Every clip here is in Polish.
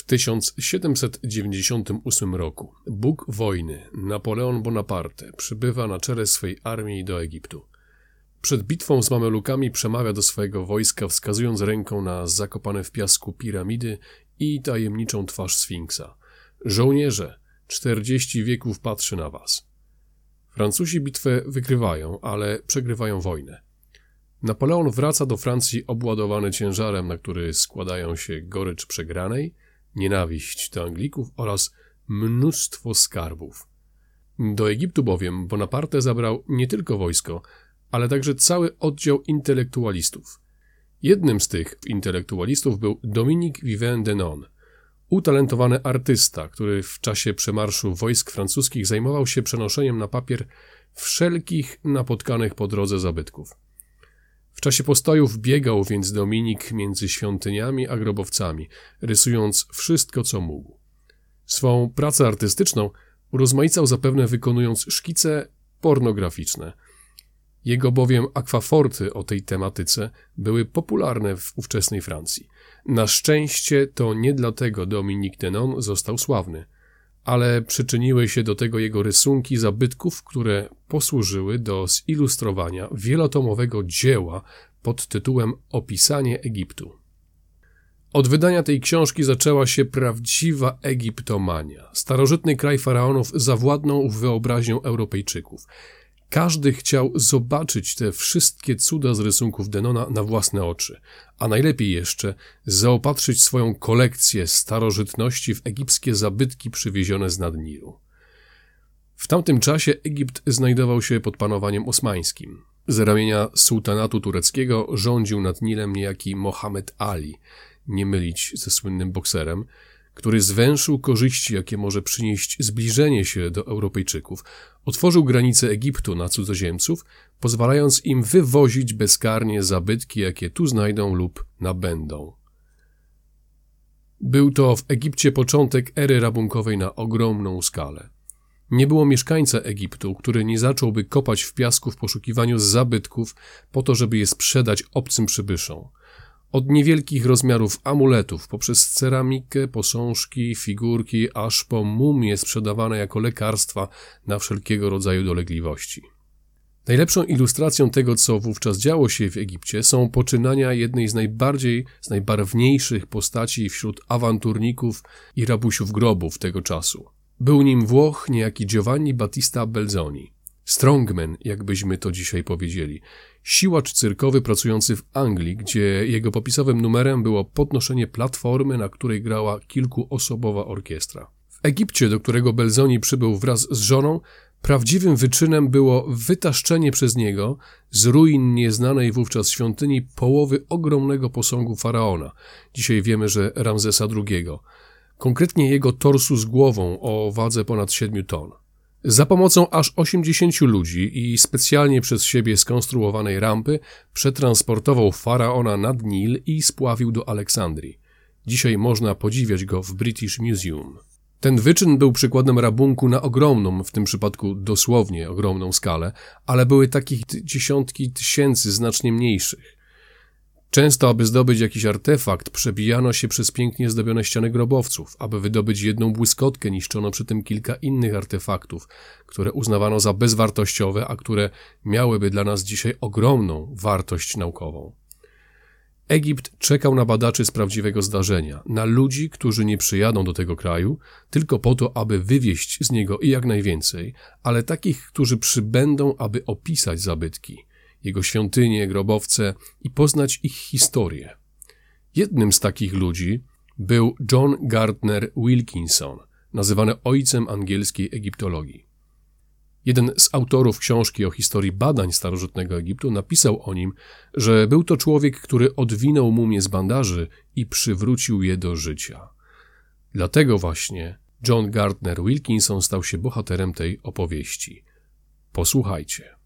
1798 roku Bóg wojny, Napoleon Bonaparte, przybywa na czele swej armii do Egiptu. Przed bitwą z Mamelukami przemawia do swojego wojska, wskazując ręką na zakopane w piasku piramidy i tajemniczą twarz Sfinksa. Żołnierze, 40 wieków patrzy na was. Francuzi bitwę wygrywają, ale przegrywają wojnę. Napoleon wraca do Francji obładowany ciężarem, na który składają się gorycz przegranej, nienawiść do Anglików oraz mnóstwo skarbów. Do Egiptu bowiem Bonaparte zabrał nie tylko wojsko, ale także cały oddział intelektualistów. Jednym z tych intelektualistów był Dominique Vivien-Denon, utalentowany artysta, który w czasie przemarszu wojsk francuskich zajmował się przenoszeniem na papier wszelkich napotkanych po drodze zabytków. W czasie postojów biegał więc Dominik między świątyniami a grobowcami, rysując wszystko, co mógł. Swą pracę artystyczną urozmaicał zapewne wykonując szkice pornograficzne. Jego bowiem akwaforty o tej tematyce były popularne w ówczesnej Francji. Na szczęście to nie dlatego Dominique Denon został sławny, ale przyczyniły się do tego jego rysunki zabytków, które posłużyły do zilustrowania wielotomowego dzieła pod tytułem Opisanie Egiptu. Od wydania tej książki zaczęła się prawdziwa egiptomania. Starożytny kraj faraonów zawładnął wyobraźnią Europejczyków. Każdy chciał zobaczyć te wszystkie cuda z rysunków Denona na własne oczy, a najlepiej jeszcze zaopatrzyć swoją kolekcję starożytności w egipskie zabytki przywiezione z nad Nilu. W tamtym czasie Egipt znajdował się pod panowaniem osmańskim. Z ramienia sułtanatu tureckiego rządził nad Nilem niejaki Mohammed Ali, nie mylić ze słynnym bokserem, który zwęszył korzyści, jakie może przynieść zbliżenie się do Europejczyków, otworzył granice Egiptu na cudzoziemców, pozwalając im wywozić bezkarnie zabytki, jakie tu znajdą lub nabędą. Był to w Egipcie początek ery rabunkowej na ogromną skalę. Nie było mieszkańca Egiptu, który nie zacząłby kopać w piasku w poszukiwaniu zabytków po to, żeby je sprzedać obcym przybyszom. Od niewielkich rozmiarów amuletów, poprzez ceramikę, posążki, figurki, aż po mumie sprzedawane jako lekarstwa na wszelkiego rodzaju dolegliwości. Najlepszą ilustracją tego, co wówczas działo się w Egipcie, są poczynania jednej z najbarwniejszych postaci wśród awanturników i rabusiów grobów tego czasu. Był nim Włoch niejaki Giovanni Battista Belzoni. Strongman, jakbyśmy to dzisiaj powiedzieli. Siłacz cyrkowy pracujący w Anglii, gdzie jego popisowym numerem było podnoszenie platformy, na której grała kilkuosobowa orkiestra. W Egipcie, do którego Belzoni przybył wraz z żoną, prawdziwym wyczynem było wytaszczenie przez niego z ruin nieznanej wówczas świątyni połowy ogromnego posągu faraona. Dzisiaj wiemy, że Ramzesa II. Konkretnie jego torsu z głową o wadze ponad 7 ton. Za pomocą aż 80 ludzi i specjalnie przez siebie skonstruowanej rampy przetransportował faraona nad Nil i spławił do Aleksandrii. Dzisiaj można podziwiać go w British Museum. Ten wyczyn był przykładem rabunku na ogromną, w tym przypadku dosłownie ogromną skalę, ale były takich dziesiątki tysięcy znacznie mniejszych. Często, aby zdobyć jakiś artefakt, przebijano się przez pięknie zdobione ściany grobowców. Aby wydobyć jedną błyskotkę, niszczono przy tym kilka innych artefaktów, które uznawano za bezwartościowe, a które miałyby dla nas dzisiaj ogromną wartość naukową. Egipt czekał na badaczy z prawdziwego zdarzenia, na ludzi, którzy nie przyjadą do tego kraju, tylko po to, aby wywieźć z niego jak najwięcej, ale takich, którzy przybędą, aby opisać zabytki, jego świątynie, grobowce i poznać ich historię. Jednym z takich ludzi był John Gardner Wilkinson, nazywany ojcem angielskiej egiptologii. Jeden z autorów książki o historii badań starożytnego Egiptu napisał o nim, że był to człowiek, który odwinął mumię z bandaży i przywrócił je do życia. Dlatego właśnie John Gardner Wilkinson stał się bohaterem tej opowieści. Posłuchajcie.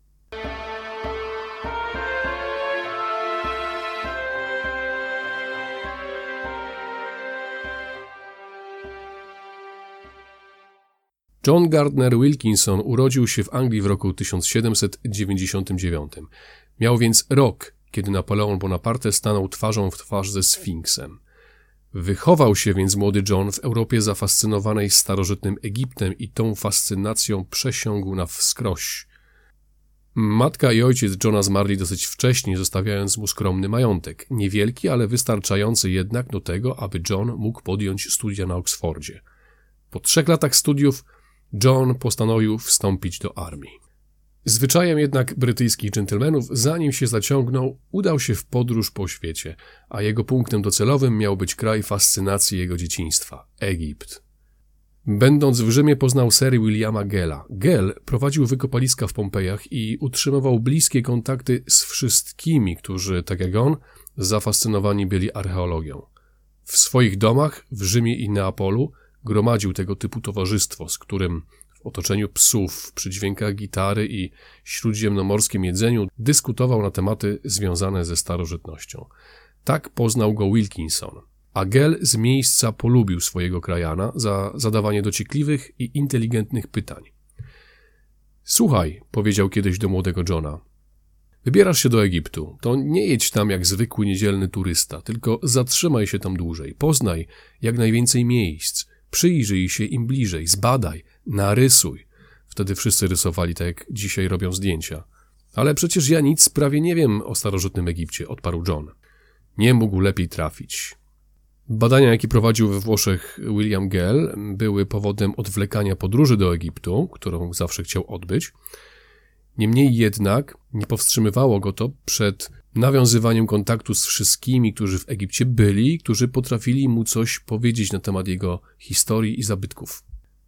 John Gardner Wilkinson urodził się w Anglii w roku 1799. Miał więc rok, kiedy Napoleon Bonaparte stanął twarzą w twarz ze Sfinksem. Wychował się więc młody John w Europie zafascynowanej starożytnym Egiptem i tą fascynacją przesiągł na wskroś. Matka i ojciec Johna zmarli dosyć wcześnie, zostawiając mu skromny majątek. Niewielki, ale wystarczający jednak do tego, aby John mógł podjąć studia na Oksfordzie. Po 3 latach studiów John postanowił wstąpić do armii. Zwyczajem jednak brytyjskich dżentelmenów, zanim się zaciągnął, udał się w podróż po świecie, a jego punktem docelowym miał być kraj fascynacji jego dzieciństwa – Egipt. Będąc w Rzymie poznał Sir Williama Gella. Gell prowadził wykopaliska w Pompejach i utrzymywał bliskie kontakty z wszystkimi, którzy, tak jak on, zafascynowani byli archeologią. W swoich domach w Rzymie i Neapolu gromadził tego typu towarzystwo, z którym w otoczeniu psów, przy dźwiękach gitary i śródziemnomorskim jedzeniu dyskutował na tematy związane ze starożytnością. Tak poznał go Wilkinson. A Gell z miejsca polubił swojego krajana za zadawanie dociekliwych i inteligentnych pytań. Słuchaj, powiedział kiedyś do młodego Johna, wybierasz się do Egiptu, to nie jedź tam jak zwykły niedzielny turysta, tylko zatrzymaj się tam dłużej, poznaj jak najwięcej miejsc, przyjrzyj się im bliżej, zbadaj, narysuj. Wtedy wszyscy rysowali tak jak dzisiaj robią zdjęcia. Ale przecież ja nic prawie nie wiem o starożytnym Egipcie, odparł John. Nie mógł lepiej trafić. Badania, jakie prowadził we Włoszech William Gell, były powodem odwlekania podróży do Egiptu, którą zawsze chciał odbyć. Niemniej jednak nie powstrzymywało go to przed nawiązywaniem kontaktu z wszystkimi, którzy w Egipcie byli, którzy potrafili mu coś powiedzieć na temat jego historii i zabytków.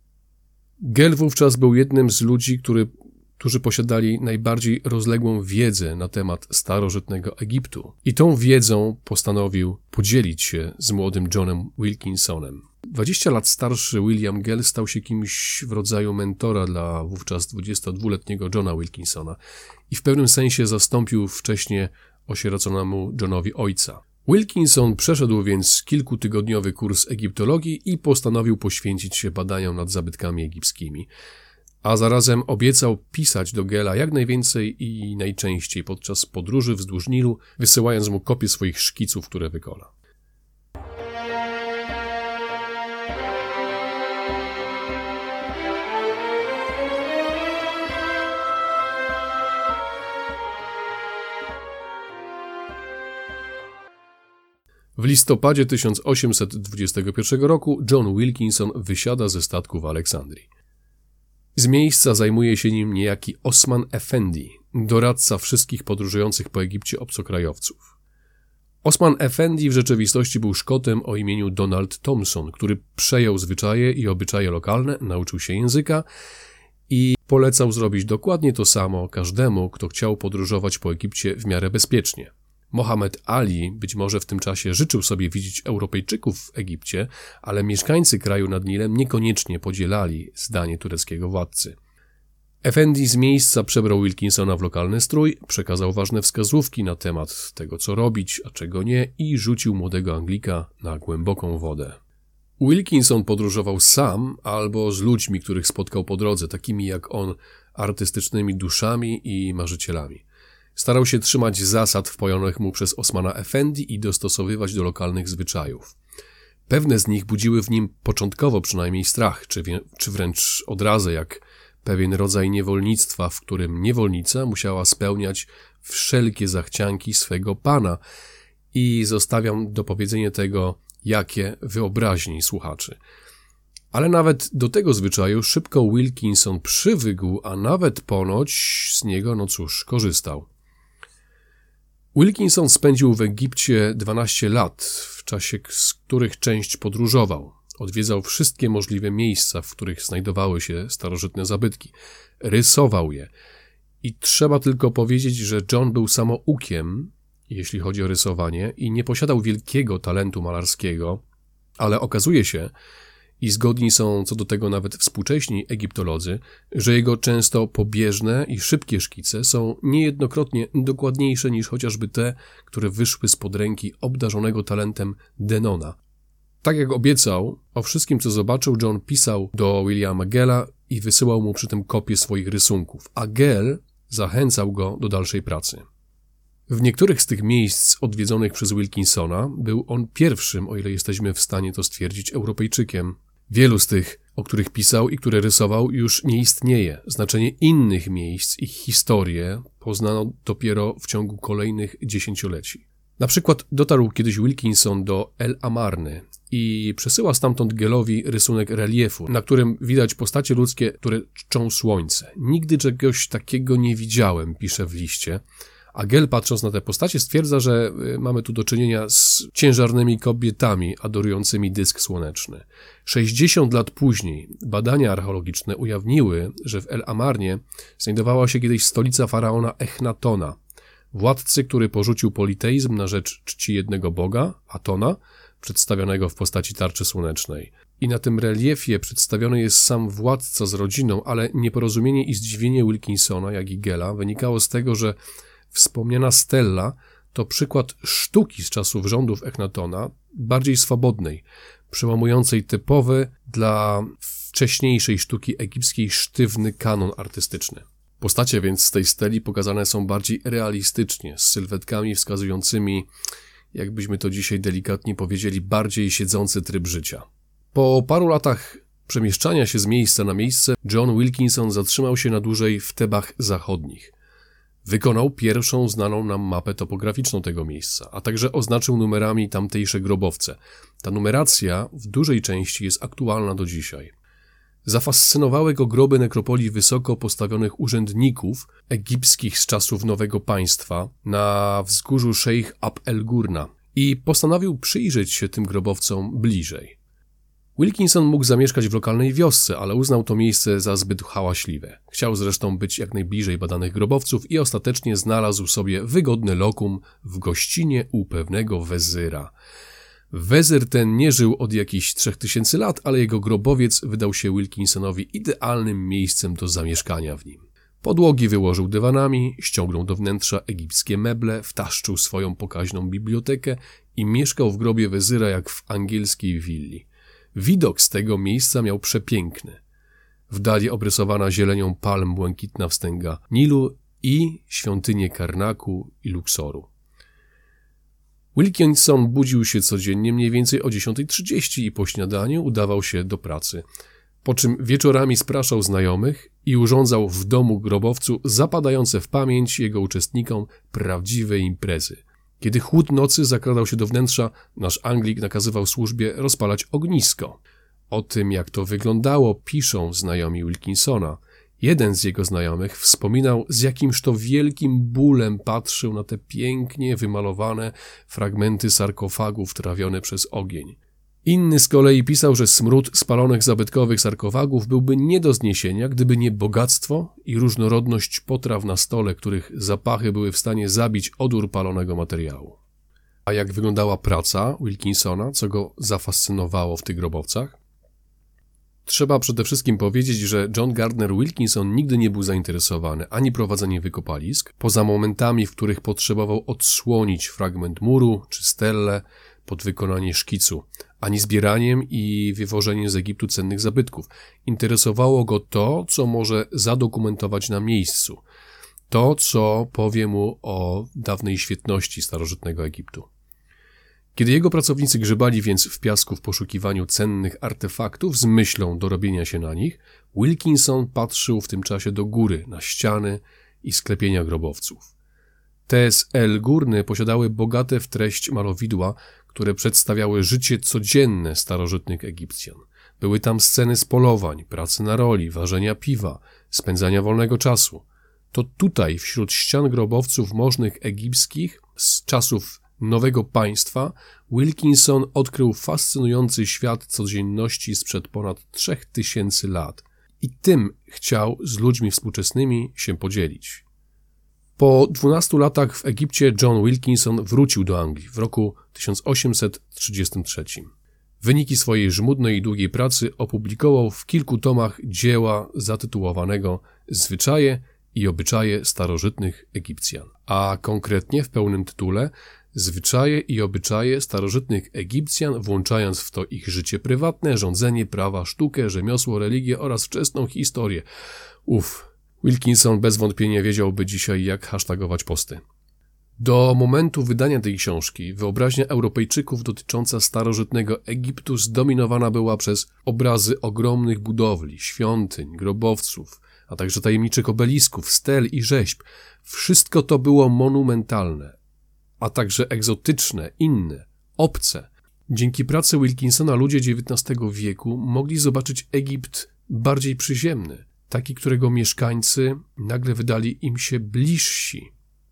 Gell wówczas był jednym z ludzi, którzy posiadali najbardziej rozległą wiedzę na temat starożytnego Egiptu. I tą wiedzą postanowił podzielić się z młodym Johnem Wilkinsonem. 20 lat starszy William Gell stał się kimś w rodzaju mentora dla wówczas 22-letniego Johna Wilkinsona i w pewnym sensie zastąpił wcześniej osieroconemu Johnowi ojca. Wilkinson przeszedł więc kilkutygodniowy kurs egiptologii i postanowił poświęcić się badaniom nad zabytkami egipskimi. A zarazem obiecał pisać do Gella jak najwięcej i najczęściej podczas podróży wzdłuż Nilu, wysyłając mu kopie swoich szkiców, które wykona. W listopadzie 1821 roku John Wilkinson wysiada ze statku w Aleksandrii. Z miejsca zajmuje się nim niejaki Osman Effendi, doradca wszystkich podróżujących po Egipcie obcokrajowców. Osman Effendi w rzeczywistości był Szkotem o imieniu Donald Thompson, który przejął zwyczaje i obyczaje lokalne, nauczył się języka i polecał zrobić dokładnie to samo każdemu, kto chciał podróżować po Egipcie w miarę bezpiecznie. Mohamed Ali być może w tym czasie życzył sobie widzieć Europejczyków w Egipcie, ale mieszkańcy kraju nad Nilem niekoniecznie podzielali zdanie tureckiego władcy. Effendi z miejsca przebrał Wilkinsona w lokalny strój, przekazał ważne wskazówki na temat tego, co robić, a czego nie i rzucił młodego Anglika na głęboką wodę. Wilkinson podróżował sam albo z ludźmi, których spotkał po drodze, takimi jak on, artystycznymi duszami i marzycielami. Starał się trzymać zasad wpojonych mu przez Osmana Effendi i dostosowywać do lokalnych zwyczajów. Pewne z nich budziły w nim początkowo przynajmniej strach, czy wręcz odrazę, jak pewien rodzaj niewolnictwa, w którym niewolnica musiała spełniać wszelkie zachcianki swego pana. I zostawiam do powiedzenia tego, jakie wyobraźni słuchaczy. Ale nawet do tego zwyczaju szybko Wilkinson przywykł, a nawet ponoć z niego, korzystał. Wilkinson spędził w Egipcie 12 lat, w czasie z których część podróżował. Odwiedzał wszystkie możliwe miejsca, w których znajdowały się starożytne zabytki. Rysował je. I trzeba tylko powiedzieć, że John był samoukiem, jeśli chodzi o rysowanie, i nie posiadał wielkiego talentu malarskiego, ale okazuje się, i zgodni są co do tego nawet współcześni egiptolodzy, że jego często pobieżne i szybkie szkice są niejednokrotnie dokładniejsze niż chociażby te, które wyszły spod ręki obdarzonego talentem Denona. Tak jak obiecał, o wszystkim co zobaczył John pisał do Williama Gella i wysyłał mu przy tym kopie swoich rysunków, a Gell zachęcał go do dalszej pracy. W niektórych z tych miejsc odwiedzonych przez Wilkinsona był on pierwszym, o ile jesteśmy w stanie to stwierdzić, Europejczykiem. Wielu z tych, o których pisał i które rysował, już nie istnieje. Znaczenie innych miejsc, ich historię poznano dopiero w ciągu kolejnych dziesięcioleci. Na przykład dotarł kiedyś Wilkinson do El Amarny i przesyła stamtąd Gellowi rysunek reliefu, na którym widać postacie ludzkie, które czczą słońce. Nigdy czegoś takiego nie widziałem, pisze w liście. A Gell, patrząc na te postacie, stwierdza, że mamy tu do czynienia z ciężarnymi kobietami adorującymi dysk słoneczny. 60 lat później badania archeologiczne ujawniły, że w El Amarnie znajdowała się kiedyś stolica faraona Echnatona, władcy, który porzucił politeizm na rzecz czci jednego boga, Atona, przedstawionego w postaci tarczy słonecznej. I na tym reliefie przedstawiony jest sam władca z rodziną, ale nieporozumienie i zdziwienie Wilkinsona, jak i Gella, wynikało z tego, że wspomniana stella to przykład sztuki z czasów rządów Echnatona, bardziej swobodnej, przełamującej typowy dla wcześniejszej sztuki egipskiej sztywny kanon artystyczny. Postacie więc z tej steli pokazane są bardziej realistycznie, z sylwetkami wskazującymi, jakbyśmy to dzisiaj delikatnie powiedzieli, bardziej siedzący tryb życia. Po paru latach przemieszczania się z miejsca na miejsce, John Wilkinson zatrzymał się na dłużej w Tebach Zachodnich. Wykonał pierwszą znaną nam mapę topograficzną tego miejsca, a także oznaczył numerami tamtejsze grobowce. Ta numeracja w dużej części jest aktualna do dzisiaj. Zafascynowały go groby nekropolii wysoko postawionych urzędników egipskich z czasów Nowego Państwa na wzgórzu Sheikh Ab el-Gurna i postanowił przyjrzeć się tym grobowcom bliżej. Wilkinson mógł zamieszkać w lokalnej wiosce, ale uznał to miejsce za zbyt hałaśliwe. Chciał zresztą być jak najbliżej badanych grobowców i ostatecznie znalazł sobie wygodne lokum w gościnie u pewnego wezyra. Wezyr ten nie żył od jakichś 3000 lat, ale jego grobowiec wydał się Wilkinsonowi idealnym miejscem do zamieszkania w nim. Podłogi wyłożył dywanami, ściągnął do wnętrza egipskie meble, wtaszczył swoją pokaźną bibliotekę i mieszkał w grobie wezyra jak w angielskiej willi. Widok z tego miejsca miał przepiękny. W dali obrysowana zielenią palm błękitna wstęga Nilu i świątynie Karnaku i Luksoru. Wilkinson budził się codziennie mniej więcej o 10:30 i po śniadaniu udawał się do pracy, po czym wieczorami spraszał znajomych i urządzał w domu grobowcu zapadające w pamięć jego uczestnikom prawdziwe imprezy. Kiedy chłód nocy zakradał się do wnętrza, nasz Anglik nakazywał służbie rozpalać ognisko. O tym, jak to wyglądało, piszą znajomi Wilkinsona. Jeden z jego znajomych wspominał, z jakimż to wielkim bólem patrzył na te pięknie wymalowane fragmenty sarkofagów trawione przez ogień. Inny z kolei pisał, że smród spalonych zabytkowych sarkofagów byłby nie do zniesienia, gdyby nie bogactwo i różnorodność potraw na stole, których zapachy były w stanie zabić odór palonego materiału. A jak wyglądała praca Wilkinsona, co go zafascynowało w tych grobowcach? Trzeba przede wszystkim powiedzieć, że John Gardner Wilkinson nigdy nie był zainteresowany ani prowadzeniem wykopalisk, poza momentami, w których potrzebował odsłonić fragment muru czy stellę pod wykonanie szkicu, ani zbieraniem i wywożeniem z Egiptu cennych zabytków. Interesowało go to, co może zadokumentować na miejscu, to, co powie mu o dawnej świetności starożytnego Egiptu. Kiedy jego pracownicy grzebali więc w piasku w poszukiwaniu cennych artefaktów z myślą dorobienia się na nich, Wilkinson patrzył w tym czasie do góry, na ściany i sklepienia grobowców. Te z El-Gurny posiadały bogate w treść malowidła, które przedstawiały życie codzienne starożytnych Egipcjan. Były tam sceny z polowań, pracy na roli, ważenia piwa, spędzania wolnego czasu. To tutaj, wśród ścian grobowców możnych egipskich z czasów Nowego Państwa, Wilkinson odkrył fascynujący świat codzienności sprzed ponad 3000 lat i tym chciał z ludźmi współczesnymi się podzielić. Po 12 latach w Egipcie John Wilkinson wrócił do Anglii w roku 1833. Wyniki swojej żmudnej i długiej pracy opublikował w kilku tomach dzieła zatytułowanego Zwyczaje i obyczaje starożytnych Egipcjan, a konkretnie w pełnym tytule Zwyczaje i obyczaje starożytnych Egipcjan, włączając w to ich życie prywatne, rządzenie, prawa, sztukę, rzemiosło, religię oraz wczesną historię. Wilkinson bez wątpienia wiedziałby dzisiaj, jak hashtagować posty. Do momentu wydania tej książki wyobraźnia Europejczyków dotycząca starożytnego Egiptu zdominowana była przez obrazy ogromnych budowli, świątyń, grobowców, a także tajemniczych obelisków, stel i rzeźb. Wszystko to było monumentalne, a także egzotyczne, inne, obce. Dzięki pracy Wilkinsona ludzie XIX wieku mogli zobaczyć Egipt bardziej przyziemny, taki, którego mieszkańcy nagle wydali im się bliżsi.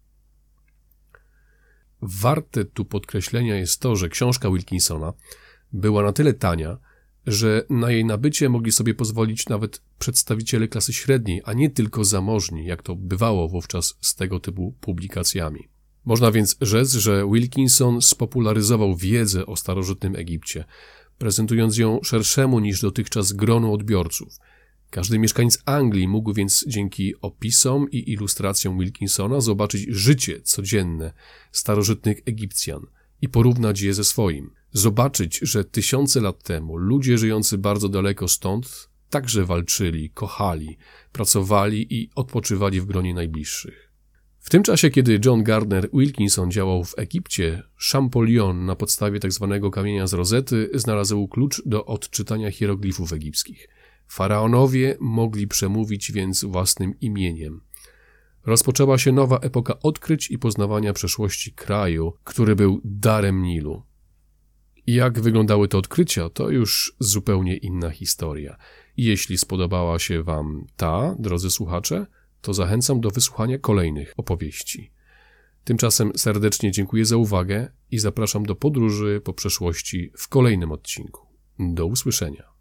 Warte tu podkreślenia jest to, że książka Wilkinsona była na tyle tania, że na jej nabycie mogli sobie pozwolić nawet przedstawiciele klasy średniej, a nie tylko zamożni, jak to bywało wówczas z tego typu publikacjami. Można więc rzec, że Wilkinson spopularyzował wiedzę o starożytnym Egipcie, prezentując ją szerszemu niż dotychczas gronu odbiorców. Każdy mieszkaniec Anglii mógł więc dzięki opisom i ilustracjom Wilkinsona zobaczyć życie codzienne starożytnych Egipcjan i porównać je ze swoim. Zobaczyć, że tysiące lat temu ludzie żyjący bardzo daleko stąd także walczyli, kochali, pracowali i odpoczywali w gronie najbliższych. W tym czasie, kiedy John Gardner Wilkinson działał w Egipcie, Champollion na podstawie tzw. kamienia z Rozety znalazł klucz do odczytania hieroglifów egipskich. Faraonowie mogli przemówić więc własnym imieniem. Rozpoczęła się nowa epoka odkryć i poznawania przeszłości kraju, który był darem Nilu. Jak wyglądały te odkrycia, to już zupełnie inna historia. Jeśli spodobała się Wam ta, drodzy słuchacze, to zachęcam do wysłuchania kolejnych opowieści. Tymczasem serdecznie dziękuję za uwagę i zapraszam do podróży po przeszłości w kolejnym odcinku. Do usłyszenia.